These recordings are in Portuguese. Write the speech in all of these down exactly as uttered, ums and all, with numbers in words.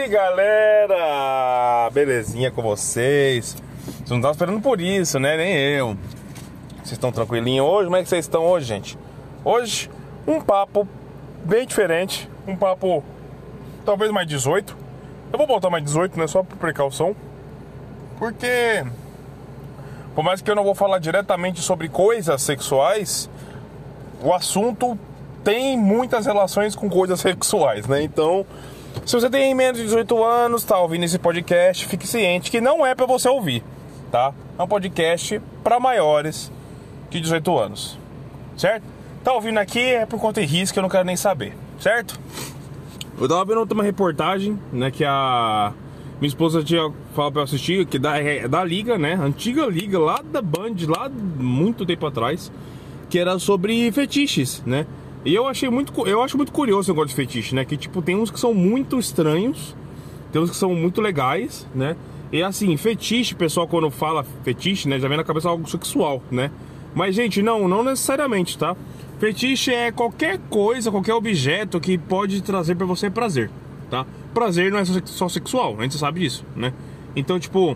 Galera, belezinha com vocês? Vocês não estavam esperando por isso, né? Nem eu. Vocês estão tranquilinhos hoje? Como é que vocês estão hoje, gente? Hoje, um papo bem diferente. Um papo talvez mais dezoito. Eu vou botar mais dezoito, né? Só por precaução. Porque, por mais que eu não vou falar diretamente sobre coisas sexuais, o assunto tem muitas relações com coisas sexuais, né? Então, se você tem menos de dezoito anos, tá ouvindo esse podcast, fique ciente que não é pra você ouvir, tá? É um podcast pra maiores de dezoito anos, certo? Tá ouvindo aqui é por conta de risco, eu não quero nem saber, certo? Eu tava vendo uma reportagem, né, que a minha esposa tinha falado pra eu assistir, que da, é da Liga, né, antiga Liga, lá da Band, lá muito tempo atrás, que era sobre fetiches, né? E eu achei muito, eu acho muito curioso esse negócio de fetiche, né? Que tipo, tem uns que são muito estranhos, tem uns que são muito legais, né? E assim, fetiche, pessoal quando fala fetiche, né, já vem na cabeça algo sexual, né? Mas gente, não, não necessariamente, tá? Fetiche é qualquer coisa, qualquer objeto que pode trazer pra você prazer, tá? Prazer não é só sexual, a gente sabe disso, né? Então, tipo,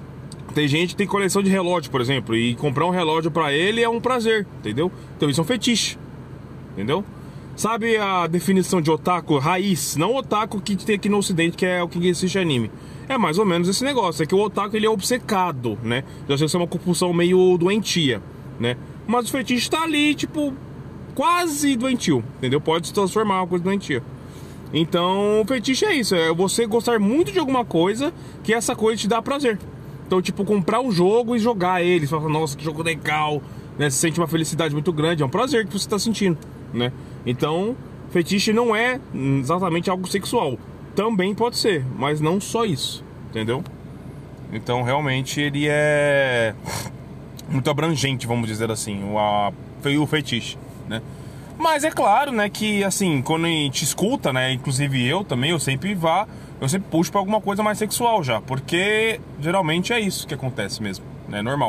tem gente que tem coleção de relógio, por exemplo, e comprar um relógio pra ele é um prazer, entendeu? Então isso é um fetiche, entendeu? Sabe a definição de otaku raiz? Não o otaku que tem aqui no ocidente, que é o que assiste anime. É mais ou menos esse negócio, é que o otaku ele é obcecado, né? Já sei que é uma compulsão meio doentia, né? Mas o fetiche tá ali, tipo, quase doentio, entendeu? Pode se transformar em uma coisa doentia. Então, o fetiche é isso, é você gostar muito de alguma coisa que essa coisa te dá prazer. Então, tipo, comprar um jogo e jogar ele, você fala, nossa, que jogo legal, né? Você sente uma felicidade muito grande, é um prazer que você está sentindo, né? Então, fetiche não é exatamente algo sexual. Também pode ser, mas não só isso, entendeu? Então, realmente, ele é muito abrangente, vamos dizer assim, o, a, o fetiche, né? Mas é claro, né, que assim, quando a gente escuta, né, inclusive eu também, eu sempre vá, eu sempre puxo pra alguma coisa mais sexual já, porque geralmente é isso que acontece mesmo, né, normal.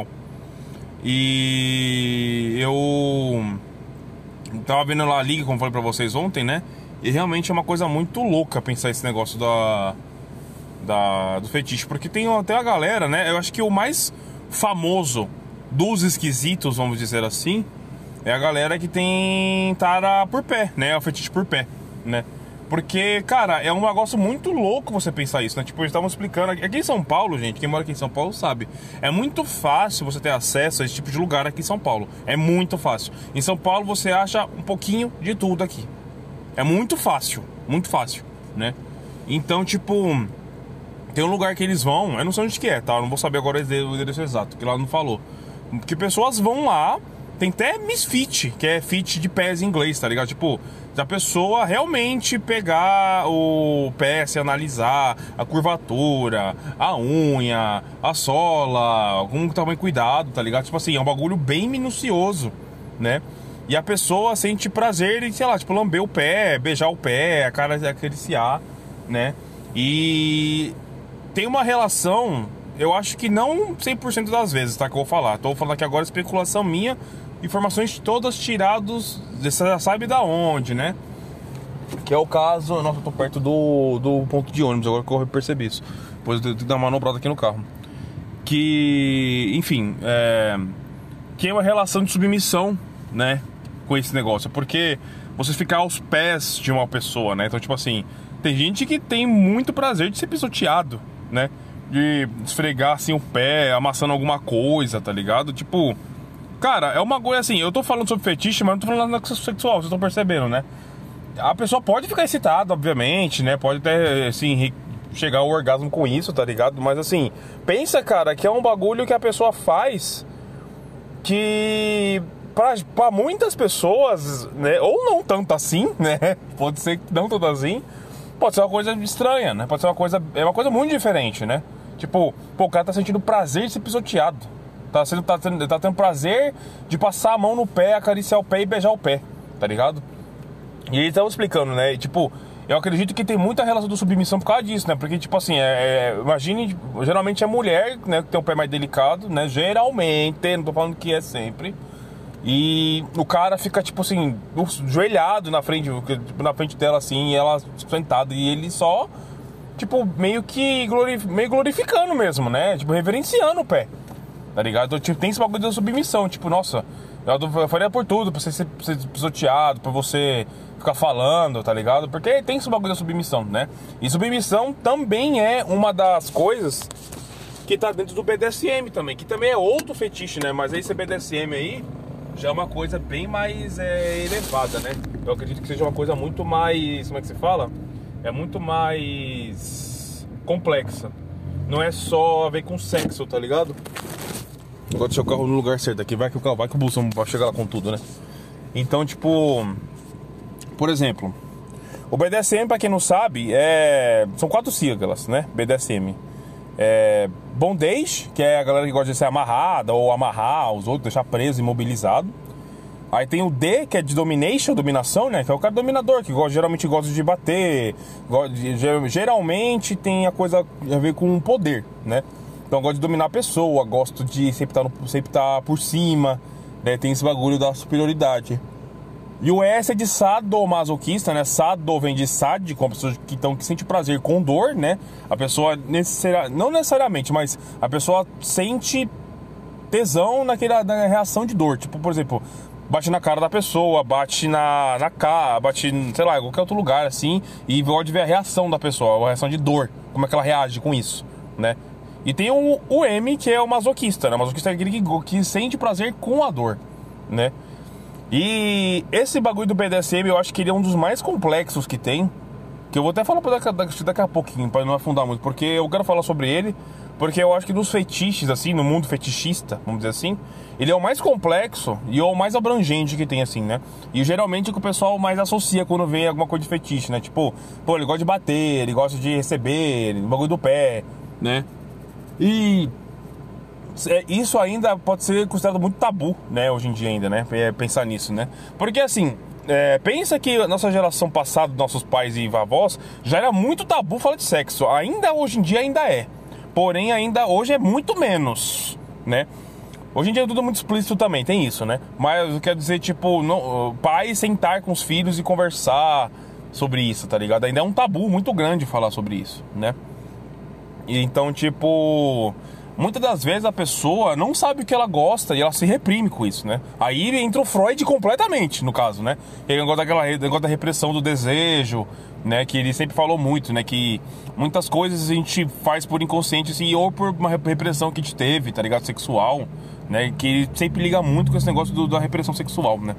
E eu tava vendo lá a Liga, como falei pra vocês ontem, né, e realmente é uma coisa muito louca pensar esse negócio da, da do fetiche, porque tem até a galera, né, eu acho que o mais famoso dos esquisitos, vamos dizer assim, é a galera que tem tara por pé, né? O fetiche por pé, né? Porque, cara, é um negócio muito louco você pensar isso, né? Tipo, eles estavam explicando aqui em São Paulo, gente, quem mora aqui em São Paulo sabe. É muito fácil você ter acesso a esse tipo de lugar aqui em São Paulo. É muito fácil. Em São Paulo você acha um pouquinho de tudo aqui. É muito fácil, muito fácil, né? Então, tipo, tem um lugar que eles vão, eu não sei onde que é, tá? Eu não vou saber agora o endereço exato, que lá não falou. Que pessoas vão lá. Tem até misfit, que é fit de pés em inglês, tá ligado? Tipo, da pessoa realmente pegar o pé, se analisar a curvatura, a unha, a sola, algum tamanho cuidado, tá ligado? Tipo assim, é um bagulho bem minucioso, né? E a pessoa sente prazer em, sei lá, tipo, lamber o pé, beijar o pé, a cara acariciar, né? E tem uma relação, eu acho que não cem por cento das vezes, tá? Que eu vou falar. Tô falando aqui agora especulação minha, informações todas tiradas, você já sabe da onde, né? Que é o caso... Nossa, eu tô perto do, do ponto de ônibus, agora que eu percebi isso. Depois eu tenho que dar uma manobrada aqui no carro. Que, enfim, é... que é uma relação de submissão, né? Com esse negócio. Porque você ficar aos pés de uma pessoa, né? Então, tipo assim, tem gente que tem muito prazer de ser pisoteado, né? De esfregar assim o pé, amassando alguma coisa, tá ligado? Tipo, cara, é uma coisa assim, eu tô falando sobre fetiche, mas não tô falando nada sexual, vocês estão percebendo, né? A pessoa pode ficar excitada, obviamente, né? Pode até, assim, chegar ao orgasmo com isso, tá ligado? Mas assim, pensa, cara, que é um bagulho que a pessoa faz que pra, pra muitas pessoas, né? Ou não tanto assim, né? Pode ser que não tanto assim. Pode ser uma coisa estranha, né? Pode ser uma coisa... É uma coisa muito diferente, né? Tipo, pô, o cara tá sentindo prazer de ser pisoteado. Tá, sendo, tá, tendo, tá tendo prazer de passar a mão no pé, acariciar o pé e beijar o pé, tá ligado? E eles estavam explicando, né? E, tipo, eu acredito que tem muita relação de submissão por causa disso, né? Porque, tipo assim, é, é, imagine, geralmente é mulher, né? Que tem o pé mais delicado, né? Geralmente, não tô falando que é sempre. E o cara fica, tipo assim, joelhado na frente, na frente dela, assim, e ela sentada. E ele só tipo, meio que glorif meio glorificando mesmo, né? Tipo, reverenciando o pé, tá ligado? Então, tipo, tem esse bagulho da submissão, tipo, nossa, eu faria por tudo, pra você ser, ser pisoteado, pra você ficar falando, tá ligado? Porque tem esse bagulho da submissão, né? E submissão também é uma das coisas que tá dentro do B D S M também, que também é outro fetiche, né? Mas esse B D S M aí já é uma coisa bem mais é, elevada, né? Eu acredito que seja uma coisa muito mais, como é que se fala? É muito mais complexa. Não é só a ver com sexo, tá ligado? Agora deixar o carro no lugar certo aqui, vai que o carro, vai que o bolsão vai chegar lá com tudo, né? Então, tipo, por exemplo, o B D S M, pra quem não sabe, é... são quatro siglas, né? B D S M. É... Bondage, que é a galera que gosta de ser amarrada ou amarrar os outros, deixar preso, imobilizado. Aí tem o D, que é de domination, dominação, né? Que é o cara dominador, que gosta, geralmente gosta de bater, gosta de, geralmente tem a coisa a ver com poder, né? Então eu gosto de dominar a pessoa, gosto de sempre estar, no, sempre estar por cima, né? Tem esse bagulho da superioridade. E o S é de sadomasoquista, né? Sado vem de sad, com pessoas que, então, que sente prazer com dor, né? A pessoa, necessari... não necessariamente, mas a pessoa sente tesão naquela, na reação de dor. Tipo, por exemplo, bate na cara da pessoa, bate na, na cara, bate, sei lá, em qualquer outro lugar, assim, e pode ver a reação da pessoa, a reação de dor, como é que ela reage com isso, né? E tem o, o M, que é o masoquista, né? O masoquista é aquele que, que sente prazer com a dor, né? E esse bagulho do B D S M eu acho que ele é um dos mais complexos que tem. Que eu vou até falar daqui, daqui, daqui a pouquinho, pra não afundar muito. Porque eu quero falar sobre ele, porque eu acho que dos fetiches, assim, no mundo fetichista, vamos dizer assim, ele é o mais complexo e é o mais abrangente que tem, assim, né? E geralmente é o que o pessoal mais associa quando vê alguma coisa de fetiche, né? Tipo, pô, ele gosta de bater, ele gosta de receber, o bagulho do pé, né? E isso ainda pode ser considerado muito tabu, né, hoje em dia ainda, né, pensar nisso, né, porque assim, é, pensa que a nossa geração passada, nossos pais e avós, já era muito tabu falar de sexo, ainda hoje em dia ainda é, porém ainda hoje é muito menos, né. Hoje em dia é tudo muito explícito também, tem isso, né, mas eu quero dizer, tipo, não, pais sentar com os filhos e conversar sobre isso, tá ligado, ainda é um tabu muito grande falar sobre isso, né, e então, tipo... muitas das vezes a pessoa não sabe o que ela gosta e ela se reprime com isso, né? Aí entra o Freud completamente, no caso, né? Ele gosta daquela negócio da repressão do desejo, né? Que ele sempre falou muito, né? Que muitas coisas a gente faz por inconsciente, assim, ou por uma repressão que a gente teve, tá ligado? Sexual, né? Que ele sempre liga muito com esse negócio do, da repressão sexual, né?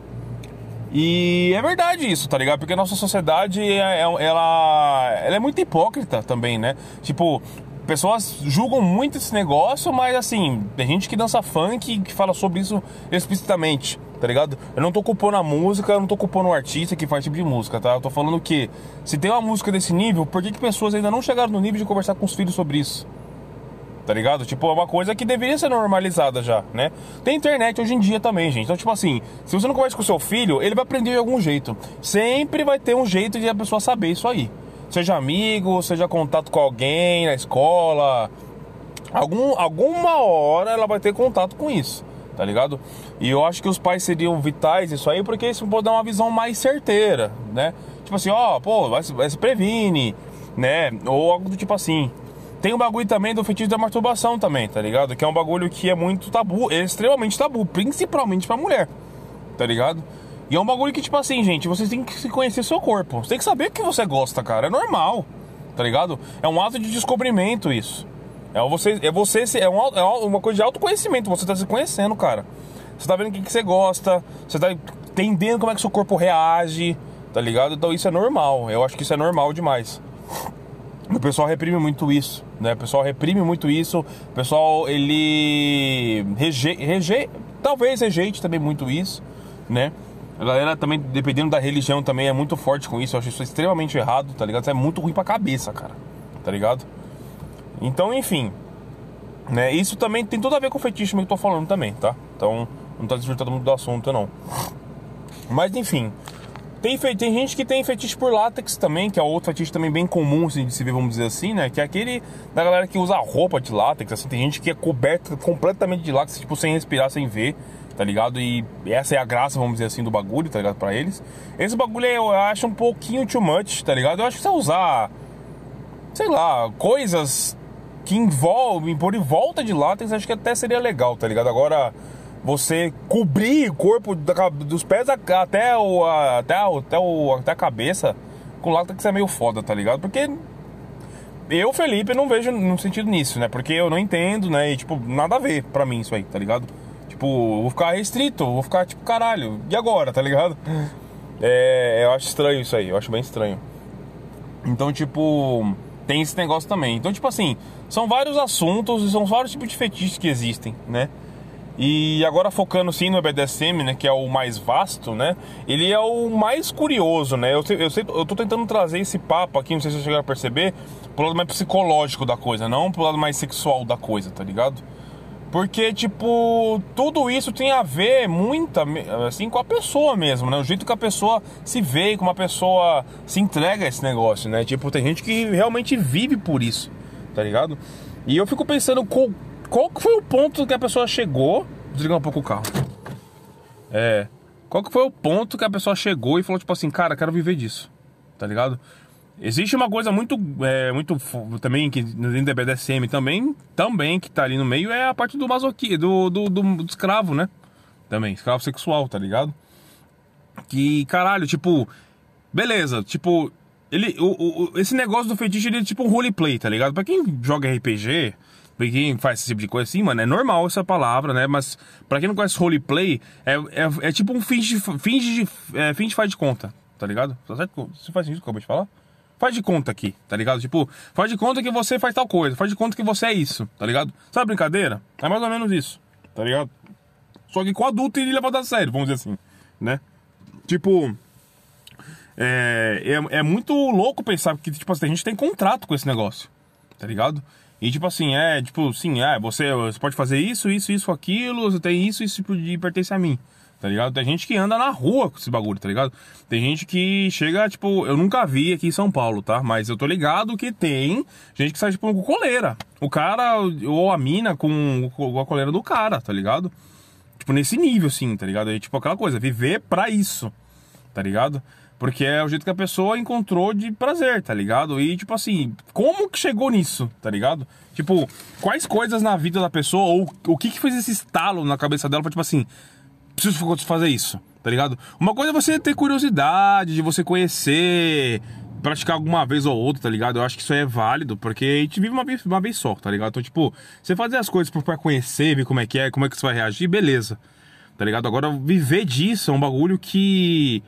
E é verdade isso, tá ligado? Porque a nossa sociedade, é, ela, ela é muito hipócrita também, né? Tipo... pessoas julgam muito esse negócio, mas assim, tem gente que dança funk que fala sobre isso explicitamente, tá ligado? Eu não tô culpando a música, eu não tô culpando o artista que faz tipo de música, tá? Eu tô falando que, se tem uma música desse nível, por que que pessoas ainda não chegaram no nível de conversar com os filhos sobre isso? Tá ligado? Tipo, é uma coisa que deveria ser normalizada já, né? Tem internet hoje em dia também, gente. Então, tipo assim, se você não conversa com o seu filho, ele vai aprender de algum jeito. Sempre vai ter um jeito de a pessoa saber isso aí. Seja amigo, seja contato com alguém na escola, algum, alguma hora ela vai ter contato com isso, tá ligado? E eu acho que os pais seriam vitais isso aí, porque isso pode dar uma visão mais certeira, né? Tipo assim, ó, pô, vai, vai se previne, né? Ou algo do tipo assim. Tem um bagulho também do fetiche da masturbação também, tá ligado? Que é um bagulho que é muito tabu, é extremamente tabu, principalmente pra mulher, tá ligado? E é um bagulho que, tipo assim, gente, vocês têm que se conhecer seu corpo. Você tem que saber o que você gosta, cara. É normal, tá ligado? É um ato de descobrimento isso. É você, é você, é uma, é uma coisa de autoconhecimento. Você tá se conhecendo, cara. Você tá vendo o que, que você gosta. Você tá entendendo como é que seu corpo reage, tá ligado? Então isso é normal. Eu acho que isso é normal demais. O pessoal reprime muito isso, né? O pessoal reprime muito isso. O pessoal, ele... Reje... Reje... Talvez rejeite também muito isso, né? A galera também, dependendo da religião, também é muito forte com isso. Eu acho isso extremamente errado, tá ligado? Isso é muito ruim pra cabeça, cara, tá ligado? Então, enfim, né? Isso também tem tudo a ver com o fetiche que eu tô falando também, tá? Então, não tá desvirtuando muito do assunto, não. Mas, enfim, tem, tem gente que tem fetiche por látex também, que é outro fetiche também bem comum, assim, de se ver, vamos dizer assim, né? Que é aquele da galera que usa roupa de látex, assim. Tem gente que é coberta completamente de látex, tipo, sem respirar, sem ver, tá ligado? E essa é a graça, vamos dizer assim, do bagulho, tá ligado? Pra eles. Esse bagulho eu acho um pouquinho too much, tá ligado? Eu acho que você usar, sei lá, coisas que envolvem, por em volta de látex, acho que até seria legal, tá ligado? Agora, você cobrir o corpo da, dos pés até, o, até, o, até, o, até a cabeça com látex é meio foda, tá ligado? Porque eu, Felipe, não vejo no sentido nisso, né? Porque eu não entendo, né? E, tipo, nada a ver pra mim isso aí, tá ligado? Tipo, eu vou ficar restrito, vou ficar, tipo, caralho, e agora, tá ligado? É, eu acho estranho isso aí, eu acho bem estranho. Então, tipo, tem esse negócio também. Então, tipo assim, são vários assuntos e são vários tipos de fetiches que existem, né? E agora focando sim no B D S M, né, que é o mais vasto, né? Ele é o mais curioso, né? Eu, sei, eu, sei, eu tô tentando trazer esse papo aqui, não sei se vocês chegaram a perceber, pro lado mais psicológico da coisa, não pro lado mais sexual da coisa, tá ligado? Porque, tipo, tudo isso tem a ver muita, assim, com a pessoa mesmo, né? O jeito que a pessoa se vê, como a pessoa se entrega a esse negócio, né? Tipo, tem gente que realmente vive por isso, tá ligado? E eu fico pensando qual, qual que foi o ponto que a pessoa chegou... Vou desligar um pouco o carro. É... Qual que foi o ponto que a pessoa chegou e falou, tipo assim, cara, quero viver disso, tá ligado? Existe uma coisa muito, é, muito também, que dentro da B D S M também, também, que tá ali no meio, é a parte do masoquismo, do, do, do, do escravo, né? Também, escravo sexual, tá ligado? Que, caralho, tipo, beleza, tipo, ele, o, o, esse negócio do fetiche, ele é tipo um roleplay, tá ligado? Pra quem joga R P G, pra quem faz esse tipo de coisa assim, mano, é normal essa palavra, né? Mas pra quem não conhece roleplay, é, é, é tipo um finge, finge, de, é, finge faz de conta, tá ligado? Você faz sentido o que eu acabei de falar? Faz de conta aqui, tá ligado? Tipo, faz de conta que você faz tal coisa, faz de conta que você é isso, tá ligado? Sabe a brincadeira? É mais ou menos isso, tá ligado? Só que com adulto ele leva a sério, vamos dizer assim, né? Tipo, é, é, é muito louco pensar que, tipo assim, a gente tem contrato com esse negócio, tá ligado? E tipo assim, é, tipo, sim, é, você, você pode fazer isso, isso, isso, aquilo, você tem isso, isso e pertence a mim. Tá ligado? Tem gente que anda na rua com esse bagulho, tá ligado? Tem gente que chega, tipo, eu nunca vi aqui em São Paulo, tá? Mas eu tô ligado que tem gente que sai, tipo, com coleira. O cara, ou a mina com, com a coleira do cara, tá ligado? Tipo, nesse nível, assim, tá ligado? É tipo aquela coisa, viver pra isso, tá ligado? Porque é o jeito que a pessoa encontrou de prazer, tá ligado? E, tipo assim, como que chegou nisso, tá ligado? Tipo, quais coisas na vida da pessoa, ou o que que fez esse estalo na cabeça dela pra, tipo assim... Preciso fazer isso, tá ligado? Uma coisa é você ter curiosidade, de você conhecer, praticar alguma vez ou outra, tá ligado? Eu acho que isso aí é válido, porque a gente vive uma vez, uma vez só, tá ligado? Então, tipo, você fazer as coisas pra conhecer, ver como é que é, como é que você vai reagir, beleza, tá ligado? Agora, viver disso é um bagulho que...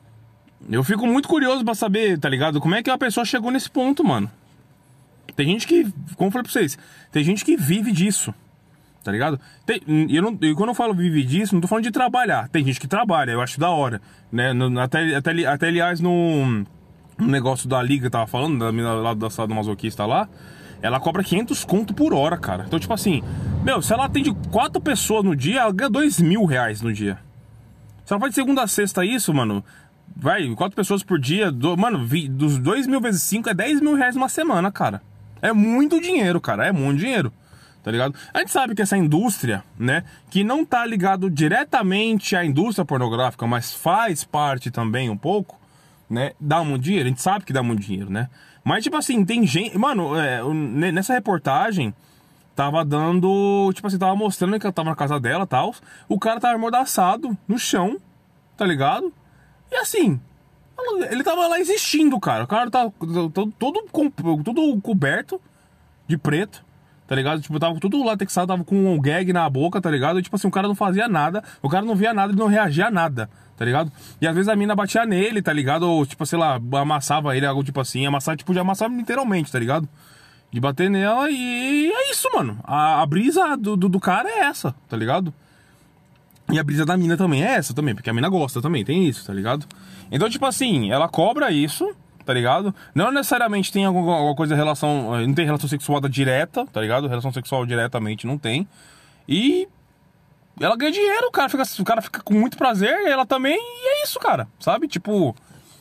Eu fico muito curioso pra saber, tá ligado? Como é que a pessoa chegou nesse ponto, mano. Tem gente que, como eu falei pra vocês, tem gente que vive disso. Tá ligado? Tem, eu não, eu, quando eu falo viver disso, não tô falando de trabalhar. Tem gente que trabalha, eu acho da hora, né? No, até, até, até aliás, no, no negócio da liga que eu tava falando, da mina lá da sala do masoquista lá, ela cobra quinhentos conto por hora, cara. Então, tipo assim, meu, se ela atende quatro pessoas no dia, ela ganha dois mil reais no dia. Se ela faz de segunda a sexta isso, mano, vai, quatro pessoas por dia, do, mano, vi, dos dois mil vezes cinco é dez mil reais uma semana, cara. É muito dinheiro, cara, é muito dinheiro. Tá ligado? A gente sabe que essa indústria, né, que não tá ligado diretamente à indústria pornográfica, mas faz parte também um pouco, né, dá muito dinheiro, a gente sabe que dá muito dinheiro, né? Mas, tipo assim, tem gente... Mano, é, nessa reportagem, tava dando... Tipo assim, tava mostrando que ela tava na casa dela e tal, o cara tava amordaçado no chão, tá ligado? E assim, ele tava lá existindo, cara. O cara tava todo, todo, todo coberto de preto, tá ligado? Tipo, tava tudo latexado, tava com um gag na boca, tá ligado? E, tipo assim, o cara não fazia nada, o cara não via nada, ele não reagia a nada, tá ligado? E às vezes a mina batia nele, tá ligado? Ou, tipo, sei lá, amassava ele, algo tipo assim, amassava, tipo, de amassar literalmente, tá ligado? De bater nela e é isso, mano. A, a brisa do, do, do cara é essa, tá ligado? E a brisa da mina também é essa também, porque a mina gosta também, tem isso, tá ligado? Então, tipo assim, ela cobra isso, tá ligado? Não necessariamente tem alguma, alguma coisa, relação, não tem relação sexual direta, tá ligado? Relação sexual diretamente não tem. E ela ganha dinheiro, o cara fica, o cara fica com muito prazer, e ela também, e é isso, cara, sabe? Tipo,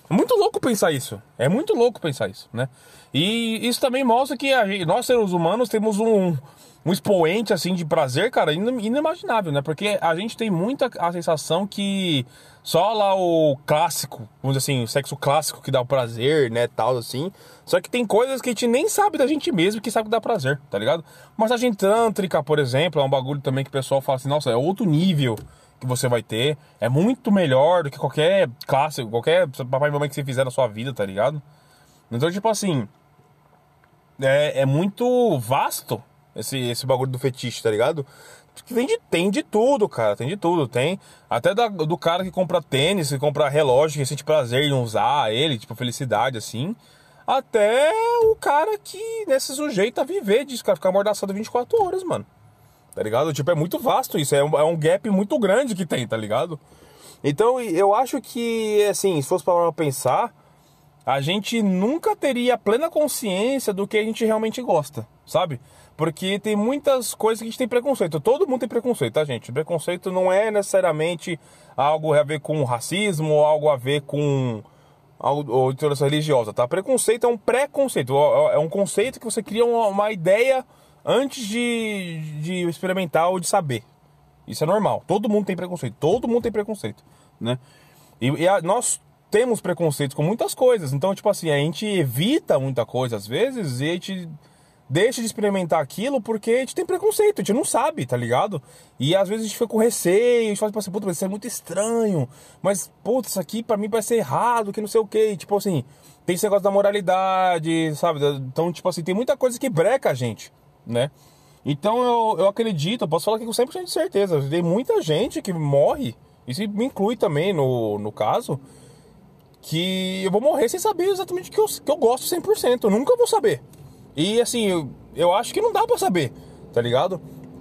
É muito louco pensar isso. É muito louco pensar isso, né? E isso também mostra que a gente, nós, seres humanos, temos um, um expoente, assim, de prazer, cara, inimaginável, né? Porque a gente tem muita a sensação que só lá o clássico, vamos dizer assim, o sexo clássico que dá o prazer, né, tal, assim. Só que tem coisas que a gente nem sabe da gente mesmo que sabe que dá prazer, tá ligado? Massagem tântrica, por exemplo, é um bagulho também que o pessoal fala assim, nossa, é outro nível que você vai ter, é muito melhor do que qualquer classe, qualquer papai e mamãe que você fizer na sua vida, tá ligado? Então, tipo assim, é, é muito vasto esse, esse bagulho do fetiche, tá ligado? Tem de, tem de tudo, cara, tem de tudo, tem até da, do cara que compra tênis, que compra relógio, que sente prazer em usar ele, tipo, felicidade, assim, até o cara que, nesse sujeito a viver disso, cara, ficar amordaçado vinte e quatro horas, mano. Tá ligado? Tipo, é muito vasto isso, é um, é um gap muito grande que tem, tá ligado? Então, eu acho que, assim, se fosse para pensar, a gente nunca teria plena consciência do que a gente realmente gosta, sabe? Porque tem muitas coisas que a gente tem preconceito. Todo mundo tem preconceito, tá, gente? Preconceito não é necessariamente algo a ver com racismo ou algo a ver com algo, ou intolerância religiosa, tá? Preconceito é um preconceito, é um conceito que você cria uma, uma ideia antes de, de experimentar ou de saber. Isso é normal. Todo mundo tem preconceito. Todo mundo tem preconceito, né? E, e a, nós temos preconceito com muitas coisas. Então, tipo assim, a gente evita muita coisa às vezes e a gente deixa de experimentar aquilo porque a gente tem preconceito. A gente não sabe, tá ligado? E às vezes a gente fica com receio. A gente fala assim, puta, isso é muito estranho. Mas, puta, isso aqui pra mim parece ser errado, que não sei o quê. E, tipo assim, tem esse negócio da moralidade, sabe? Então, tipo assim, tem muita coisa que breca a gente, né? Então eu, eu acredito, eu posso falar aqui com cem por cento de certeza, tem muita gente que morre, isso me inclui também no, no caso, que eu vou morrer sem saber exatamente o que eu, que eu gosto cem por cento, eu nunca vou saber. E assim, eu, eu acho que não dá pra saber, tá ligado?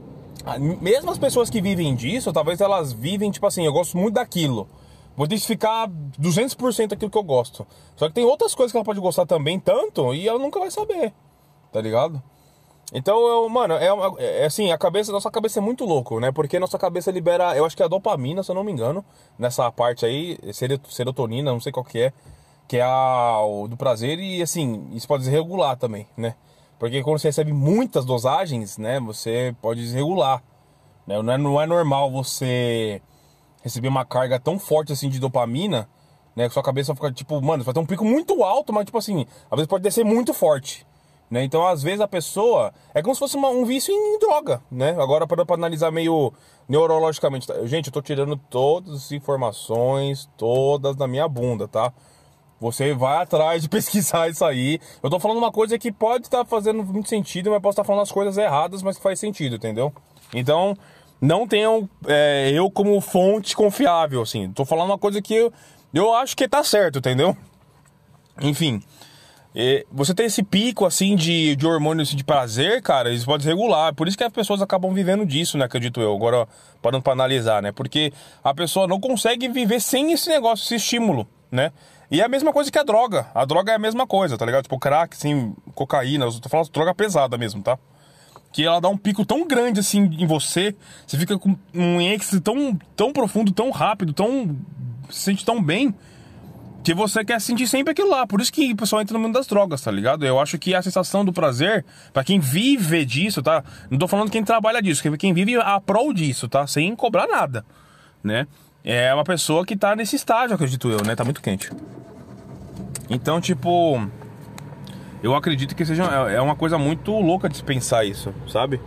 Mesmo as pessoas que vivem disso, talvez elas vivem tipo assim, eu gosto muito daquilo, vou identificar duzentos por cento daquilo que eu gosto. Só que tem outras coisas que ela pode gostar também tanto e ela nunca vai saber, tá ligado? Então, eu, mano, é, é assim, a cabeça, nossa cabeça é muito louco, né? Porque nossa cabeça libera, eu acho que é a dopamina, se eu não me engano, nessa parte aí, serotonina, não sei qual que é, que é a o do prazer e, assim, isso pode desregular também, né? Porque quando você recebe muitas dosagens, né, você pode desregular, né? Não é, não é normal você receber uma carga tão forte, assim, de dopamina, né? Que sua cabeça fica, tipo, mano, vai ter um pico muito alto, mas, tipo assim, às vezes pode descer muito forte. Né? Então, às vezes, a pessoa... É como se fosse uma, um vício em droga, né? Agora, para analisar meio neurologicamente... Tá? Gente, eu tô tirando todas as informações, todas da minha bunda, tá? Você vai atrás de pesquisar isso aí. Eu tô falando uma coisa que pode estar fazendo muito sentido, mas posso estar falando as coisas erradas, mas que faz sentido, entendeu? Então, não tenham é, eu como fonte confiável, assim. Tô falando uma coisa que eu, eu acho que tá certo, entendeu? Enfim... Você tem esse pico, assim, de, de hormônio assim, de prazer, cara, eles podem regular. Por isso que as pessoas acabam vivendo disso, né, acredito eu. Agora, parando pra analisar, né? Porque a pessoa não consegue viver sem esse negócio, esse estímulo, né? E é a mesma coisa que a droga. A droga é a mesma coisa, tá ligado? Tipo, crack, assim, cocaína, eu tô falando de droga pesada mesmo, tá? Que ela dá um pico tão grande, assim, em você. Você fica com um êxtase tão, tão profundo, tão rápido, tão... se sente tão bem... que você quer sentir sempre aquilo lá. Por isso que o pessoal entra no mundo das drogas, tá ligado? Eu acho que a sensação do prazer, pra quem vive disso, tá? Não tô falando quem trabalha disso, quem vive a prol disso, tá? Sem cobrar nada, né? É uma pessoa que tá nesse estágio, acredito eu, né? Tá muito quente. Então, tipo... eu acredito que seja... é uma coisa muito louca de se pensar isso, sabe?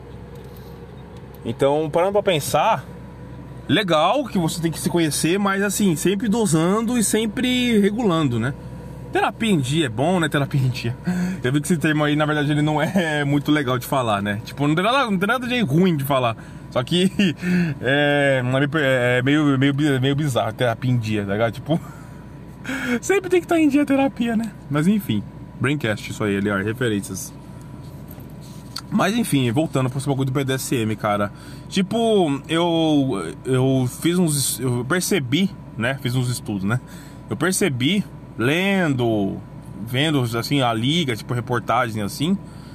Então, parando pra pensar... legal que você tem que se conhecer, mas assim, sempre dosando e sempre regulando, né? Terapia em dia é bom, né? Terapia em dia. Eu vi que esse termo aí, na verdade, ele não é muito legal de falar, né? Tipo, não tem nada, não tem nada de ruim de falar. Só que é, é meio, meio, meio bizarro, terapia em dia, tá ligado? Tipo, sempre tem que estar em dia a terapia, né? Mas enfim, Braincast, isso aí, aliás, referências. Mas enfim, voltando pro bagulho do B D S M, cara. Tipo, eu eu fiz uns... eu percebi, né? Fiz uns estudos, né? Eu percebi, lendo, vendo, assim, a liga, tipo, reportagens, assim,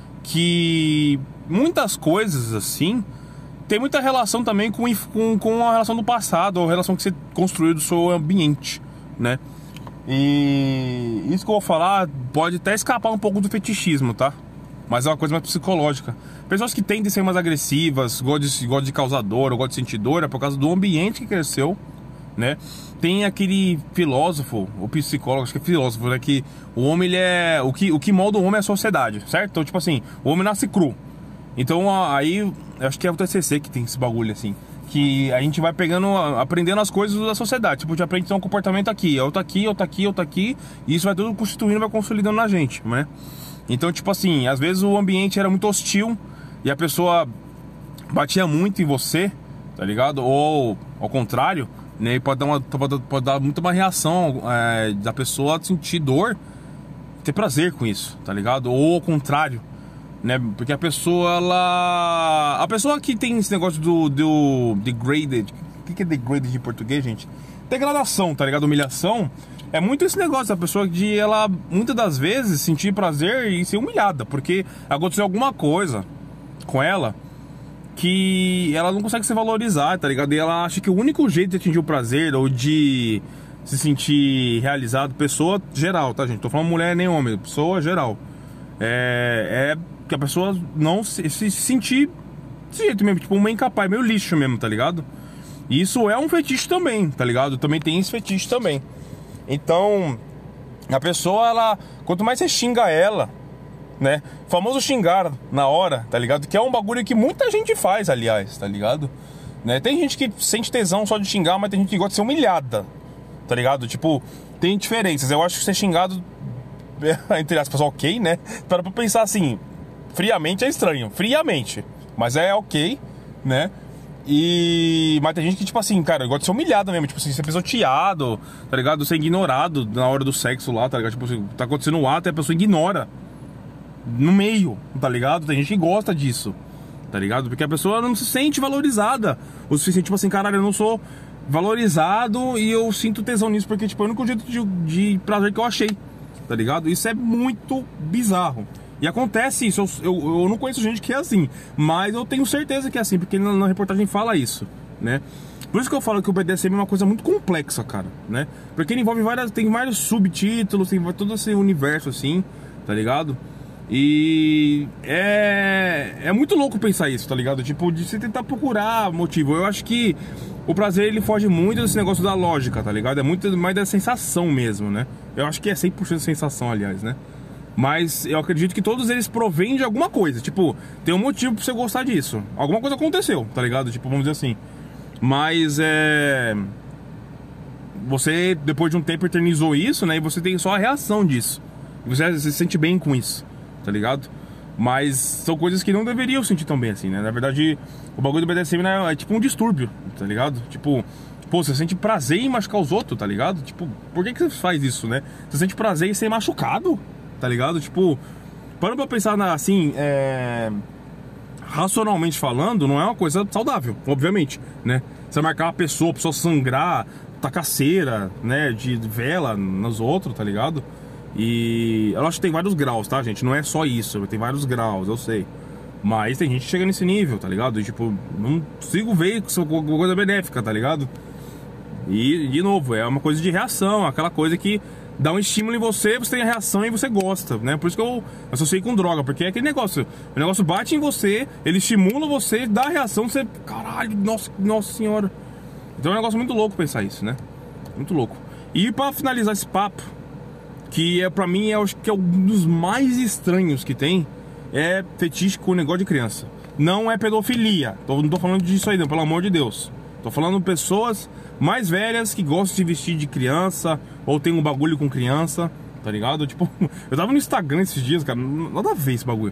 que muitas coisas, assim, tem muita relação também com, com, com a relação do passado, ou a relação que você construiu do seu ambiente, né? E isso que eu vou falar pode até escapar um pouco do fetichismo, tá? Mas é uma coisa mais psicológica. Pessoas que tendem a ser mais agressivas, gostam de, gostam de causar dor, ou gostam de sentir dor, é por causa do ambiente que cresceu, né? Tem aquele filósofo, o psicólogo, acho que é filósofo, né? Que o homem, ele é... O que, o que molda o homem é a sociedade, certo? Então, tipo assim, o homem nasce cru. Então, aí, acho que é o T C C que tem esse bagulho, assim. Que a gente vai pegando, aprendendo as coisas da sociedade. Tipo, a gente aprende então um comportamento aqui, outro aqui, outro aqui, outro aqui. E isso vai tudo constituindo, vai consolidando na gente, né? Então, tipo assim, às vezes o ambiente era muito hostil e a pessoa batia muito em você, tá ligado? Ou ao contrário, né? E pode dar, uma, pode, pode dar muito uma reação é, da pessoa sentir dor, ter prazer com isso, tá ligado? Ou ao contrário, né? Porque a pessoa, ela... A pessoa que tem esse negócio do, do degraded... O que é degraded em português, gente? Degradação, tá ligado? Humilhação. É muito esse negócio da pessoa de ela, muitas das vezes, sentir prazer e ser humilhada. Porque aconteceu alguma coisa com ela que ela não consegue se valorizar, tá ligado? E ela acha que o único jeito de atingir o prazer ou de se sentir realizado, pessoa geral, tá, gente? Tô falando mulher nem homem, pessoa geral. É... é que a pessoa não se, se sentir desse jeito mesmo, tipo, meio incapaz, meio lixo mesmo, tá ligado? E isso é um fetiche também, tá ligado? Também tem esse fetiche também. Então, a pessoa, ela... Quanto mais você xinga ela, né? O famoso xingar na hora, tá ligado? Que é um bagulho que muita gente faz, aliás, tá ligado? Né? Tem gente que sente tesão só de xingar, mas tem gente que gosta de ser humilhada, tá ligado? Tipo, tem diferenças. Eu acho que ser xingado, entre aspas, ok, né? Para pra pensar assim... Friamente é estranho, friamente. Mas é ok, né? E... Mas tem gente que, tipo assim, cara, gosta de ser humilhado mesmo. Tipo assim, ser pisoteado, tá ligado? Ser ignorado na hora do sexo lá, tá ligado? Tipo assim, tá acontecendo um ato e a pessoa ignora no meio, tá ligado? Tem gente que gosta disso, tá ligado? Porque a pessoa não se sente valorizada o suficiente, tipo assim, caralho, eu não sou valorizado e eu sinto tesão nisso porque, tipo, é o único jeito de, de prazer que eu achei, tá ligado? Isso é muito bizarro. E acontece isso, eu, eu, eu não conheço gente que é assim, mas eu tenho certeza que é assim, porque na, na reportagem fala isso, né? Por isso que eu falo que o B D S M é uma coisa muito complexa, cara, né? Porque ele envolve várias, tem vários subtítulos, tem todo esse universo assim, tá ligado? E é, é muito louco pensar isso, tá ligado? Tipo, de você tentar procurar motivo. Eu acho que o prazer, ele foge muito desse negócio da lógica, tá ligado? É muito mais da sensação mesmo, né? Eu acho que é cem por cento sensação, aliás, né? Mas eu acredito que todos eles provêm de alguma coisa. Tipo, tem um motivo pra você gostar disso. Alguma coisa aconteceu, tá ligado? Tipo, vamos dizer assim. Mas é... Você, depois de um tempo, eternizou isso, né? E você tem só a reação disso. E você se sente bem com isso, tá ligado? Mas são coisas que não deveriam sentir tão bem assim, né? Na verdade, o bagulho do B D S M é, é tipo um distúrbio, tá ligado? Tipo... Pô, você sente prazer em machucar os outros, tá ligado? Tipo, por que que você faz isso, né? Você sente prazer em ser machucado, tá ligado? Tipo, parando pra pensar na, assim, é... racionalmente falando, não é uma coisa saudável, obviamente, né? Você marcar uma pessoa, a pessoa sangrar, tacar cera, né, de vela nos outros, tá ligado? E eu acho que tem vários graus, tá, gente? Não é só isso, tem vários graus, eu sei. Mas tem gente que chega nesse nível, tá ligado? E, tipo, não consigo ver que isso é uma coisa benéfica, tá ligado? E, de novo, é uma coisa de reação, aquela coisa que dá um estímulo em você, você tem a reação e você gosta, né? Por isso que eu associei com droga, porque é aquele negócio, o negócio bate em você, ele estimula você, dá a reação, você, caralho, nossa, nossa senhora. Então é um negócio muito louco pensar isso, né? Muito louco. E pra finalizar esse papo, que é pra mim, eu acho que é um dos mais estranhos que tem, é fetiche com negócio de criança. Não é pedofilia, tô, não tô falando disso aí não, pelo amor de Deus. Tô falando de pessoas mais velhas que gostam de vestir de criança, ou tem um bagulho com criança, tá ligado? Tipo, eu tava no Instagram esses dias, cara, nada a ver esse bagulho.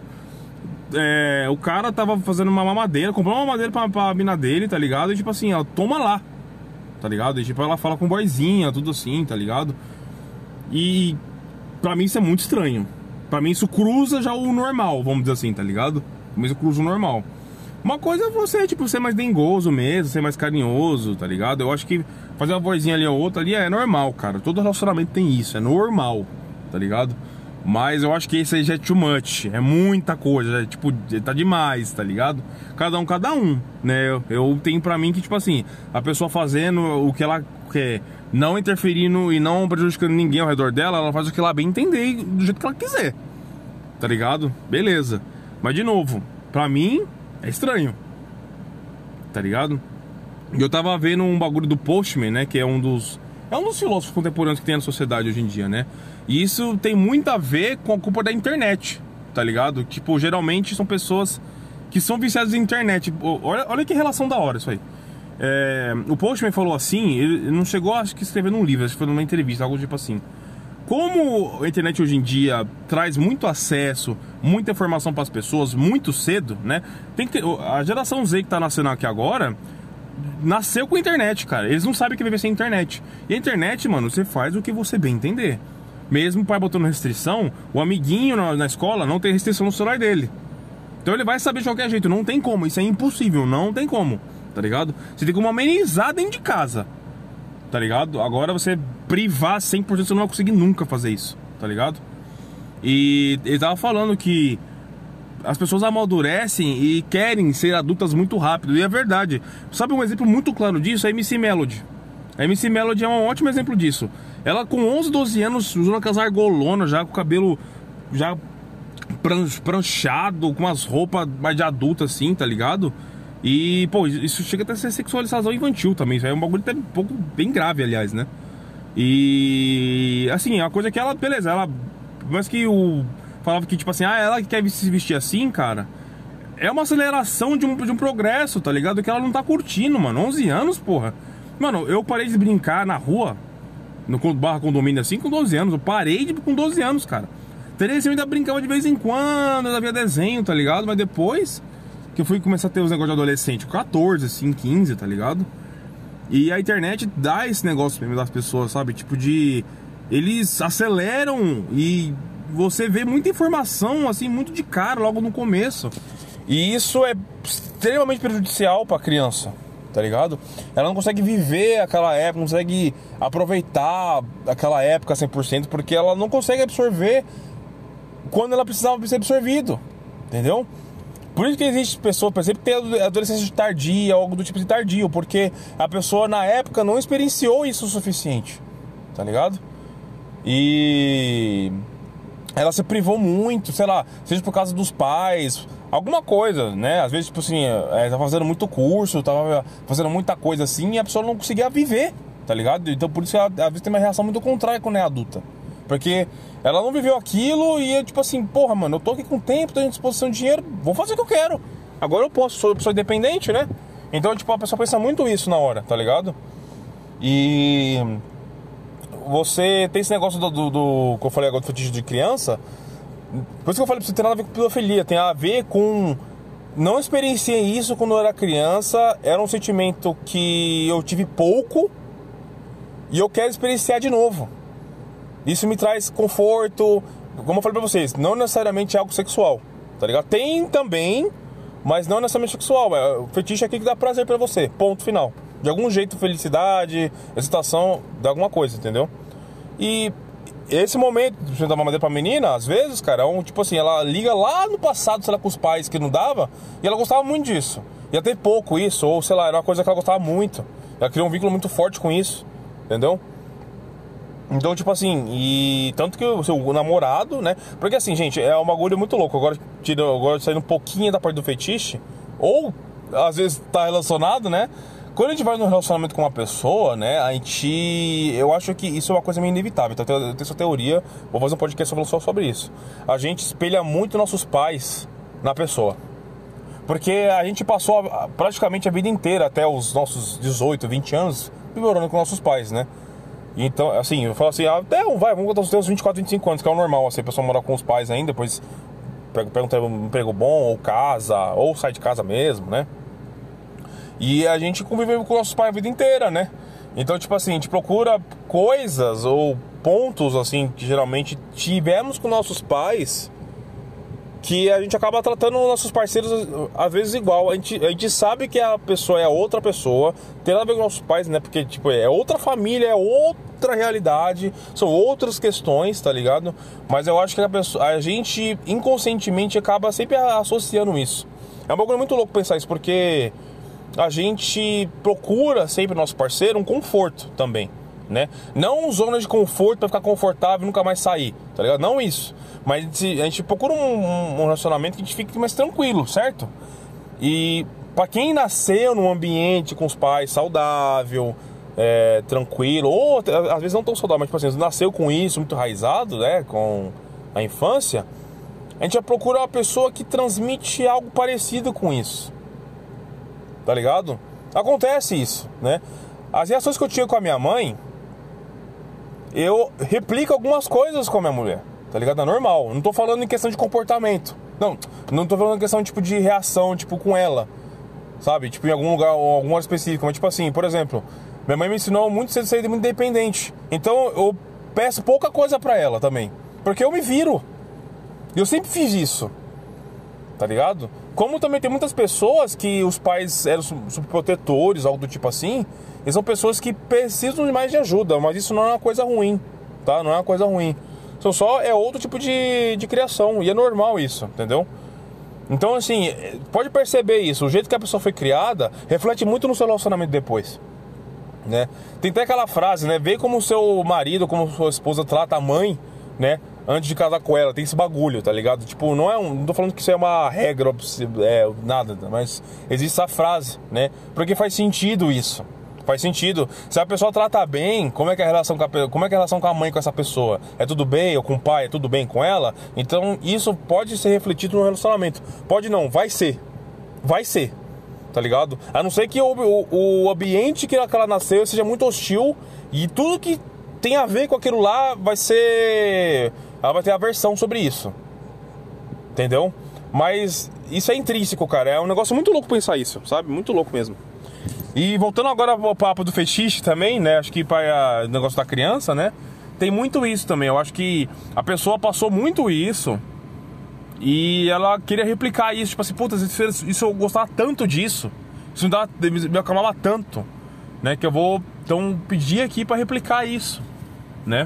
É, o cara tava fazendo uma mamadeira, comprou uma mamadeira pra, pra mina dele, tá ligado? E tipo assim, ó, toma lá, tá ligado? E tipo, ela fala com boizinha, tudo assim, tá ligado? E pra mim isso é muito estranho. Pra mim isso cruza já o normal, vamos dizer assim, tá ligado? Pra mim isso cruza o normal. Uma coisa é você, tipo, ser mais dengoso mesmo, ser mais carinhoso, tá ligado? Eu acho que fazer uma vozinha ali ou outra ali é normal, cara. Todo relacionamento tem isso, é normal, tá ligado? Mas eu acho que isso aí já é too much, é muita coisa, é, tipo, tá demais, tá ligado? Cada um, cada um, né? Eu, eu tenho pra mim que, tipo assim, a pessoa fazendo o que ela que não interferindo e não prejudicando ninguém ao redor dela, ela faz o que ela bem entender do jeito que ela quiser. Tá ligado? Beleza. Mas de novo, pra mim é estranho. Tá ligado? E eu tava vendo um bagulho do Postman, né? Que é um dos... É um dos filósofos contemporâneos que tem na sociedade hoje em dia, né? E isso tem muito a ver com a culpa da internet. Tá ligado? Tipo, geralmente são pessoas que são viciadas em internet. Olha, olha que relação da hora isso aí. É, o Postman falou assim, ele não chegou, acho que escrever num livro, acho que foi numa entrevista, algo tipo assim. Como a internet hoje em dia traz muito acesso, muita informação para as pessoas muito cedo, né? Tem que, a geração Z que tá nascendo aqui agora nasceu com a internet, cara. Eles não sabem o que viver sem internet. E a internet, mano, você faz o que você bem entender. Mesmo o pai botando restrição, o amiguinho na, na escola não tem restrição no celular dele. Então ele vai saber de qualquer jeito. Não tem como, isso é impossível, não tem como. Tá ligado? Você tem como amenizar dentro de casa. Tá ligado? Agora você privar cem por cento, você não vai conseguir nunca fazer isso. Tá ligado? E ele tava falando que as pessoas amadurecem e querem ser adultas muito rápido. E é verdade. Sabe um exemplo muito claro disso? É a M C Melody. A M C Melody é um ótimo exemplo disso. Ela com onze, doze anos, usando aquelas argolonas já, com o cabelo já pranchado, com umas roupas mais de adulta assim, tá ligado? E, pô, isso chega até a ser sexualização infantil também. Isso aí é um bagulho até um pouco bem grave, aliás, né? E, assim, é uma coisa que ela, beleza, ela... Mas que o... Falava que, tipo assim, ah, ela que quer se vestir assim, cara, é uma aceleração de um, de um progresso, tá ligado? Que ela não tá curtindo, mano. onze anos, porra. Mano, eu parei de brincar na rua, no barra condomínio assim, com doze anos. Eu parei de com doze anos, cara. Tereza, eu ainda brincava de vez em quando, ainda via desenho, tá ligado? Mas depois que eu fui começar a ter os negócios de adolescente, quatorze, assim, quinze, tá ligado? E a internet dá esse negócio mesmo das pessoas, sabe? Tipo de... Eles aceleram e você vê muita informação, assim, muito de cara logo no começo. E isso é extremamente prejudicial pra criança, tá ligado? Ela não consegue viver aquela época, não consegue aproveitar aquela época cem por cento, porque ela não consegue absorver quando ela precisava ser absorvido, entendeu? Por isso que existe pessoa, por exemplo, que tem adolescência tardia, algo do tipo de tardio, porque a pessoa na época não experienciou isso o suficiente, tá ligado? E ela se privou muito, sei lá, seja por causa dos pais, alguma coisa, né? Às vezes, tipo assim, é, tava fazendo muito curso, tava fazendo muita coisa assim, e a pessoa não conseguia viver, tá ligado? Então por isso que ela, às vezes tem uma reação muito contrária quando é adulta. Porque ela não viveu aquilo e é tipo assim, porra, mano, eu tô aqui com tempo, tô à disposição de dinheiro, vou fazer o que eu quero. Agora eu posso, sou pessoa independente, né? Então, tipo, a pessoa pensa muito isso na hora, tá ligado? E você tem esse negócio do, do, do que eu falei agora do fetiche de criança. Por isso que eu falei pra você, tem nada a ver com pedofilia, tem a ver com... Não experienciei isso quando eu era criança, era um sentimento que eu tive pouco e eu quero experienciar de novo. Isso me traz conforto, como eu falei pra vocês, não necessariamente algo sexual, tá ligado? Tem também, mas não necessariamente sexual. É o fetiche aqui que dá prazer pra você, ponto final. De algum jeito, felicidade, excitação, de alguma coisa, entendeu? E esse momento de você dar uma madeira pra menina, às vezes, cara, é um, tipo assim, ela liga lá no passado, sei lá, com os pais que não dava, e ela gostava muito disso. Ia ter pouco isso, ou sei lá, era uma coisa que ela gostava muito. Ela criou um vínculo muito forte com isso, entendeu? Então, tipo assim, e tanto que o seu namorado, né? Porque assim, gente, é um bagulho muito louco. Agora, tira, agora saindo um pouquinho da parte do fetiche, ou às vezes tá relacionado, né? Quando a gente vai num relacionamento com uma pessoa, né? A gente... Eu acho que isso é uma coisa meio inevitável. Então, eu tenho essa teoria, vou fazer um podcast só sobre isso. A gente espelha muito nossos pais na pessoa. Porque a gente passou praticamente a vida inteira, até os nossos dezoito, vinte anos, vivendo com nossos pais, né? Então, assim, eu falo assim, até vai, vamos contar os teus vinte e quatro, vinte e cinco anos, que é o normal, assim, a pessoa morar com os pais ainda, depois pega, pega um emprego bom, ou casa, ou sai de casa mesmo, né? E a gente conviveu com nossos pais a vida inteira, né? Então, tipo assim, a gente procura coisas ou pontos, assim, que geralmente tivemos com nossos pais, que a gente acaba tratando nossos parceiros às vezes igual. A gente, a gente sabe que a pessoa é outra pessoa, tem nada a ver com nossos pais, né? Porque, tipo, é outra família, é outra realidade, são outras questões, tá ligado? Mas eu acho que a, pessoa, a gente inconscientemente acaba sempre associando isso. É um bagulho muito louco pensar isso, porque a gente procura sempre no nosso parceiro um conforto também, né? Não zona de conforto pra ficar confortável e nunca mais sair, tá ligado? Não isso. Mas a gente procura um, um relacionamento que a gente fique mais tranquilo, certo? E pra quem nasceu num ambiente com os pais saudável, é, tranquilo, ou às vezes não tão saudável, mas tipo assim, nasceu com isso, muito enraizado, né? Com a infância, a gente já procura uma pessoa que transmite algo parecido com isso. Tá ligado? Acontece isso, né? As reações que eu tinha com a minha mãe, eu replico algumas coisas com a minha mulher, tá ligado? É normal. Não tô falando em questão de comportamento. Não, não tô falando em questão tipo de reação, tipo, com ela, sabe? Tipo, em algum lugar, ou algum lugar específico. Mas tipo assim, por exemplo, minha mãe me ensinou muito cedo a ser muito independente. Então eu peço pouca coisa pra ela também, porque eu me viro. Eu sempre fiz isso, tá ligado? Como também tem muitas pessoas que os pais eram subprotetores, algo do tipo assim, e são pessoas que precisam de mais de ajuda, mas isso não é uma coisa ruim, tá? Não é uma coisa ruim. São só, é outro tipo de, de criação, e é normal isso, entendeu? Então, assim, pode perceber isso, o jeito que a pessoa foi criada reflete muito no seu relacionamento depois, né? Tem até aquela frase, né? Vê como o seu marido, como sua esposa trata a mãe, né? Antes de casar com ela, tem esse bagulho, tá ligado? Tipo, não é um... Não tô falando que isso é uma regra, é, nada, mas existe essa frase, né? Porque faz sentido isso. Faz sentido. Se a pessoa trata bem, como é que é a relação com a, como é que é a relação com a mãe com essa pessoa? É tudo bem? Ou com o pai, é tudo bem com ela? Então, isso pode ser refletido no relacionamento. Pode não, vai ser. Vai ser. Tá ligado? A não ser que o, o, o ambiente que ela nasceu seja muito hostil e tudo que tem a ver com aquilo lá vai ser... Ela vai ter aversão sobre isso. Entendeu? Mas isso é intrínseco, cara. É um negócio muito louco pensar isso, sabe? Muito louco mesmo. E voltando agora ao papo do fetiche também, né? Acho que para o negócio da criança, né? Tem muito isso também. Eu acho que a pessoa passou muito isso e ela queria replicar isso. Tipo assim, puta, isso eu gostava tanto disso. Isso me, dava, me acalmava tanto, né? Que eu vou então pedir aqui para replicar isso, né?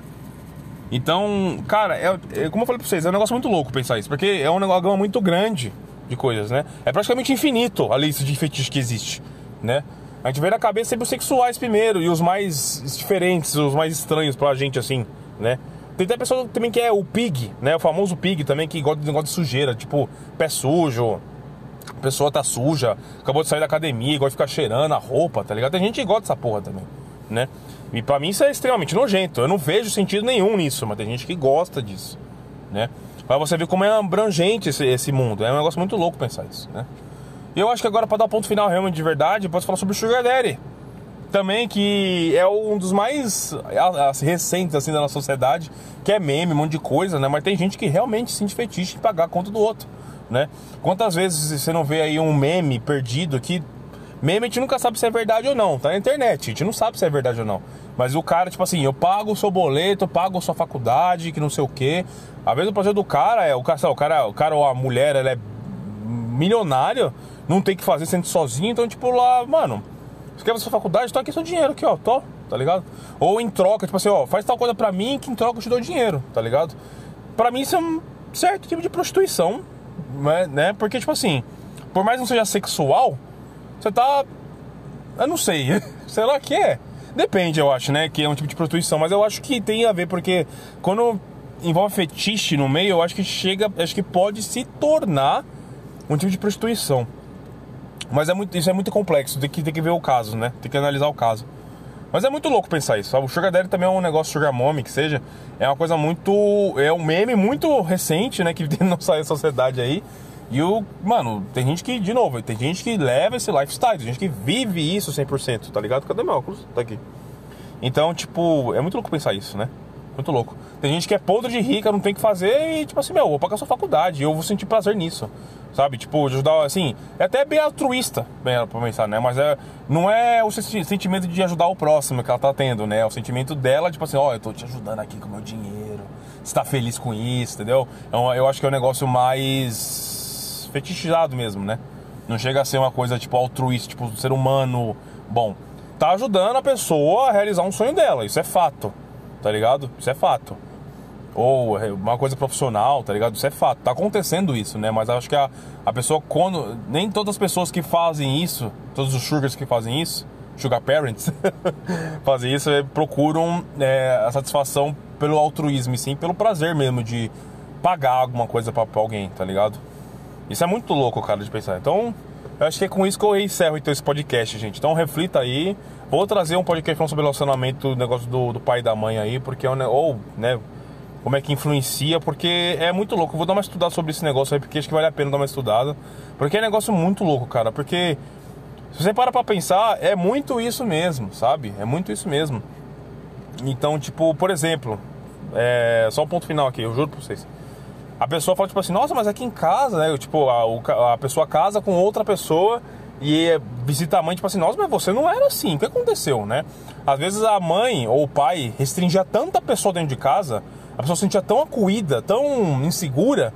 Então, cara, é, é, como eu falei pra vocês, é um negócio muito louco pensar isso, porque é um negócio, uma gama muito grande de coisas, né? É praticamente infinito a lista de fetiches que existe, né? A gente vê na cabeça sempre os sexuais primeiro e os mais diferentes, os mais estranhos pra gente, assim, né? Tem até pessoa também que é o pig, né? O famoso pig também, que gosta de negócio de sujeira, tipo, pé sujo, a pessoa tá suja, acabou de sair da academia, gosta de ficar cheirando a roupa, tá ligado? Tem gente que gosta dessa porra também, né? E pra mim isso é extremamente nojento. Eu não vejo sentido nenhum nisso, mas tem gente que gosta disso, né? Pra você ver como é abrangente esse, esse mundo. É um negócio muito louco pensar isso, né? E eu acho que agora, pra dar um ponto final realmente de verdade, eu posso falar sobre o Sugar Daddy também, que é um dos mais assim, recentes assim da nossa sociedade, que é meme, um monte de coisa, né? Mas tem gente que realmente sente fetiche em pagar a conta do outro, né? Quantas vezes você não vê aí um meme perdido que... Meme a gente nunca sabe se é verdade ou não, tá na internet, a gente não sabe se é verdade ou não. Mas o cara, tipo assim, eu pago o seu boleto, eu pago a sua faculdade, que não sei o quê. Às vezes o projeto do cara é, o cara, o cara, o cara ou a mulher, ela é milionária, não tem que fazer, sente sozinho, então tipo lá, mano, você quer fazer sua faculdade, tô aqui seu dinheiro aqui, ó, tô, tá ligado? Ou em troca, tipo assim, ó, faz tal coisa pra mim que em troca eu te dou dinheiro, tá ligado? Pra mim isso é um certo tipo de prostituição, né? Porque, tipo assim, por mais que não seja sexual, você tá... Eu não sei, sei lá o que é. Depende, eu acho, né, que é um tipo de prostituição. Mas eu acho que tem a ver, porque quando envolve fetiche no meio, eu acho que chega... Acho que pode se tornar um tipo de prostituição. Mas é muito, isso é muito complexo, tem que, tem que ver o caso, né? Tem que analisar o caso. Mas é muito louco pensar isso, sabe? O Sugar Daddy também é um negócio, Sugar Mommy, que seja. É uma coisa muito... É um meme muito recente, né, que tem na nossa sociedade aí. E o, mano, tem gente que, de novo, tem gente que leva esse lifestyle, tem gente que vive isso cem por cento, tá ligado? Cadê meu óculos? Tá aqui. Então, tipo, é muito louco pensar isso, né? Muito louco. Tem gente que é podre de rica, não tem o que fazer e, tipo assim, meu, vou pagar sua faculdade, eu vou sentir prazer nisso, sabe? Tipo, de ajudar, assim, é até bem altruísta, bem pra pensar, né? Mas é, não é o sentimento de ajudar o próximo que ela tá tendo, né? É o sentimento dela, tipo assim, ó, oh, eu tô te ajudando aqui com o meu dinheiro, você tá feliz com isso, entendeu? Então, eu acho que é um negócio mais... fetichizado mesmo, né? Não chega a ser uma coisa tipo altruísta, tipo ser humano bom. Tá ajudando a pessoa a realizar um sonho dela, isso é fato, tá ligado? Isso é fato. ou uma coisa profissional, tá ligado? Isso é fato, tá acontecendo isso, né? Mas acho que a, a pessoa, quando... Nem todas as pessoas que fazem isso, todos os sugars que fazem isso, sugar parents, fazem isso, é, procuram é, a satisfação pelo altruísmo, e sim pelo prazer mesmo de pagar alguma coisa pra, pra alguém, tá ligado? Isso é muito louco, cara, de pensar. Então, eu acho que é com isso que eu encerro então esse podcast, gente. Então reflita aí. Vou trazer um podcast falando sobre relacionamento, negócio do, do pai e da mãe aí, porque é um, ou, né, como é que influencia, porque é muito louco. Eu vou dar uma estudada sobre esse negócio aí, porque acho que vale a pena dar uma estudada, porque é um negócio muito louco, cara. Porque se você para pra pensar, é muito isso mesmo, sabe? É muito isso mesmo. Então, tipo, por exemplo, é, só um ponto final aqui, eu juro pra vocês. A pessoa fala, tipo assim, nossa, mas aqui em casa, né? Tipo, a, a pessoa casa com outra pessoa e visita a mãe, tipo assim, nossa, mas você não era assim, o que aconteceu, né? Às vezes a mãe ou o pai restringia tanta pessoa dentro de casa, a pessoa se sentia tão acuída, tão insegura,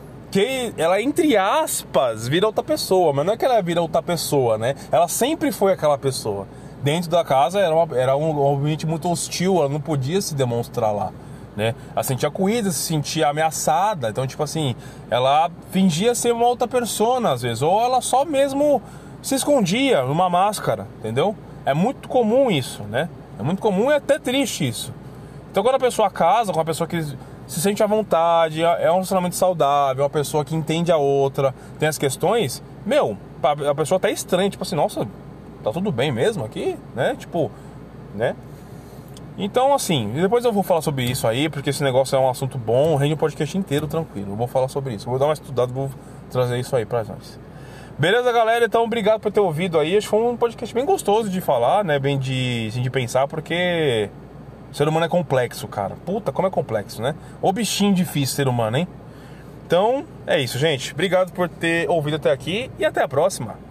que ela, entre aspas, vira outra pessoa. Mas não é que ela vira outra pessoa, né? Ela sempre foi aquela pessoa. Dentro da casa era, uma, era um ambiente muito hostil, ela não podia se demonstrar lá, né? Ela se sentia acuída, se sentia ameaçada. Então, tipo assim, ela fingia ser uma outra persona às vezes, ou ela só mesmo se escondia numa máscara, entendeu? É muito comum isso, né? É muito comum e até triste isso. Então, quando a pessoa casa com uma pessoa que se sente à vontade, é um relacionamento saudável, uma pessoa que entende a outra, tem as questões, meu, a pessoa até estranha, tipo assim, nossa, tá tudo bem mesmo aqui, né? Tipo, né? Então, assim, depois eu vou falar sobre isso aí, porque esse negócio é um assunto bom, rende um podcast inteiro, tranquilo. Eu vou falar sobre isso, vou dar uma estudada, vou trazer isso aí pra nós. Beleza, galera? Então, obrigado por ter ouvido aí. Acho que foi um podcast bem gostoso de falar, né? Bem de, assim, de pensar, porque o ser humano é complexo, cara. Puta, como é complexo, né? Ô bichinho difícil ser humano, hein? Então, é isso, gente. Obrigado por ter ouvido até aqui e até a próxima.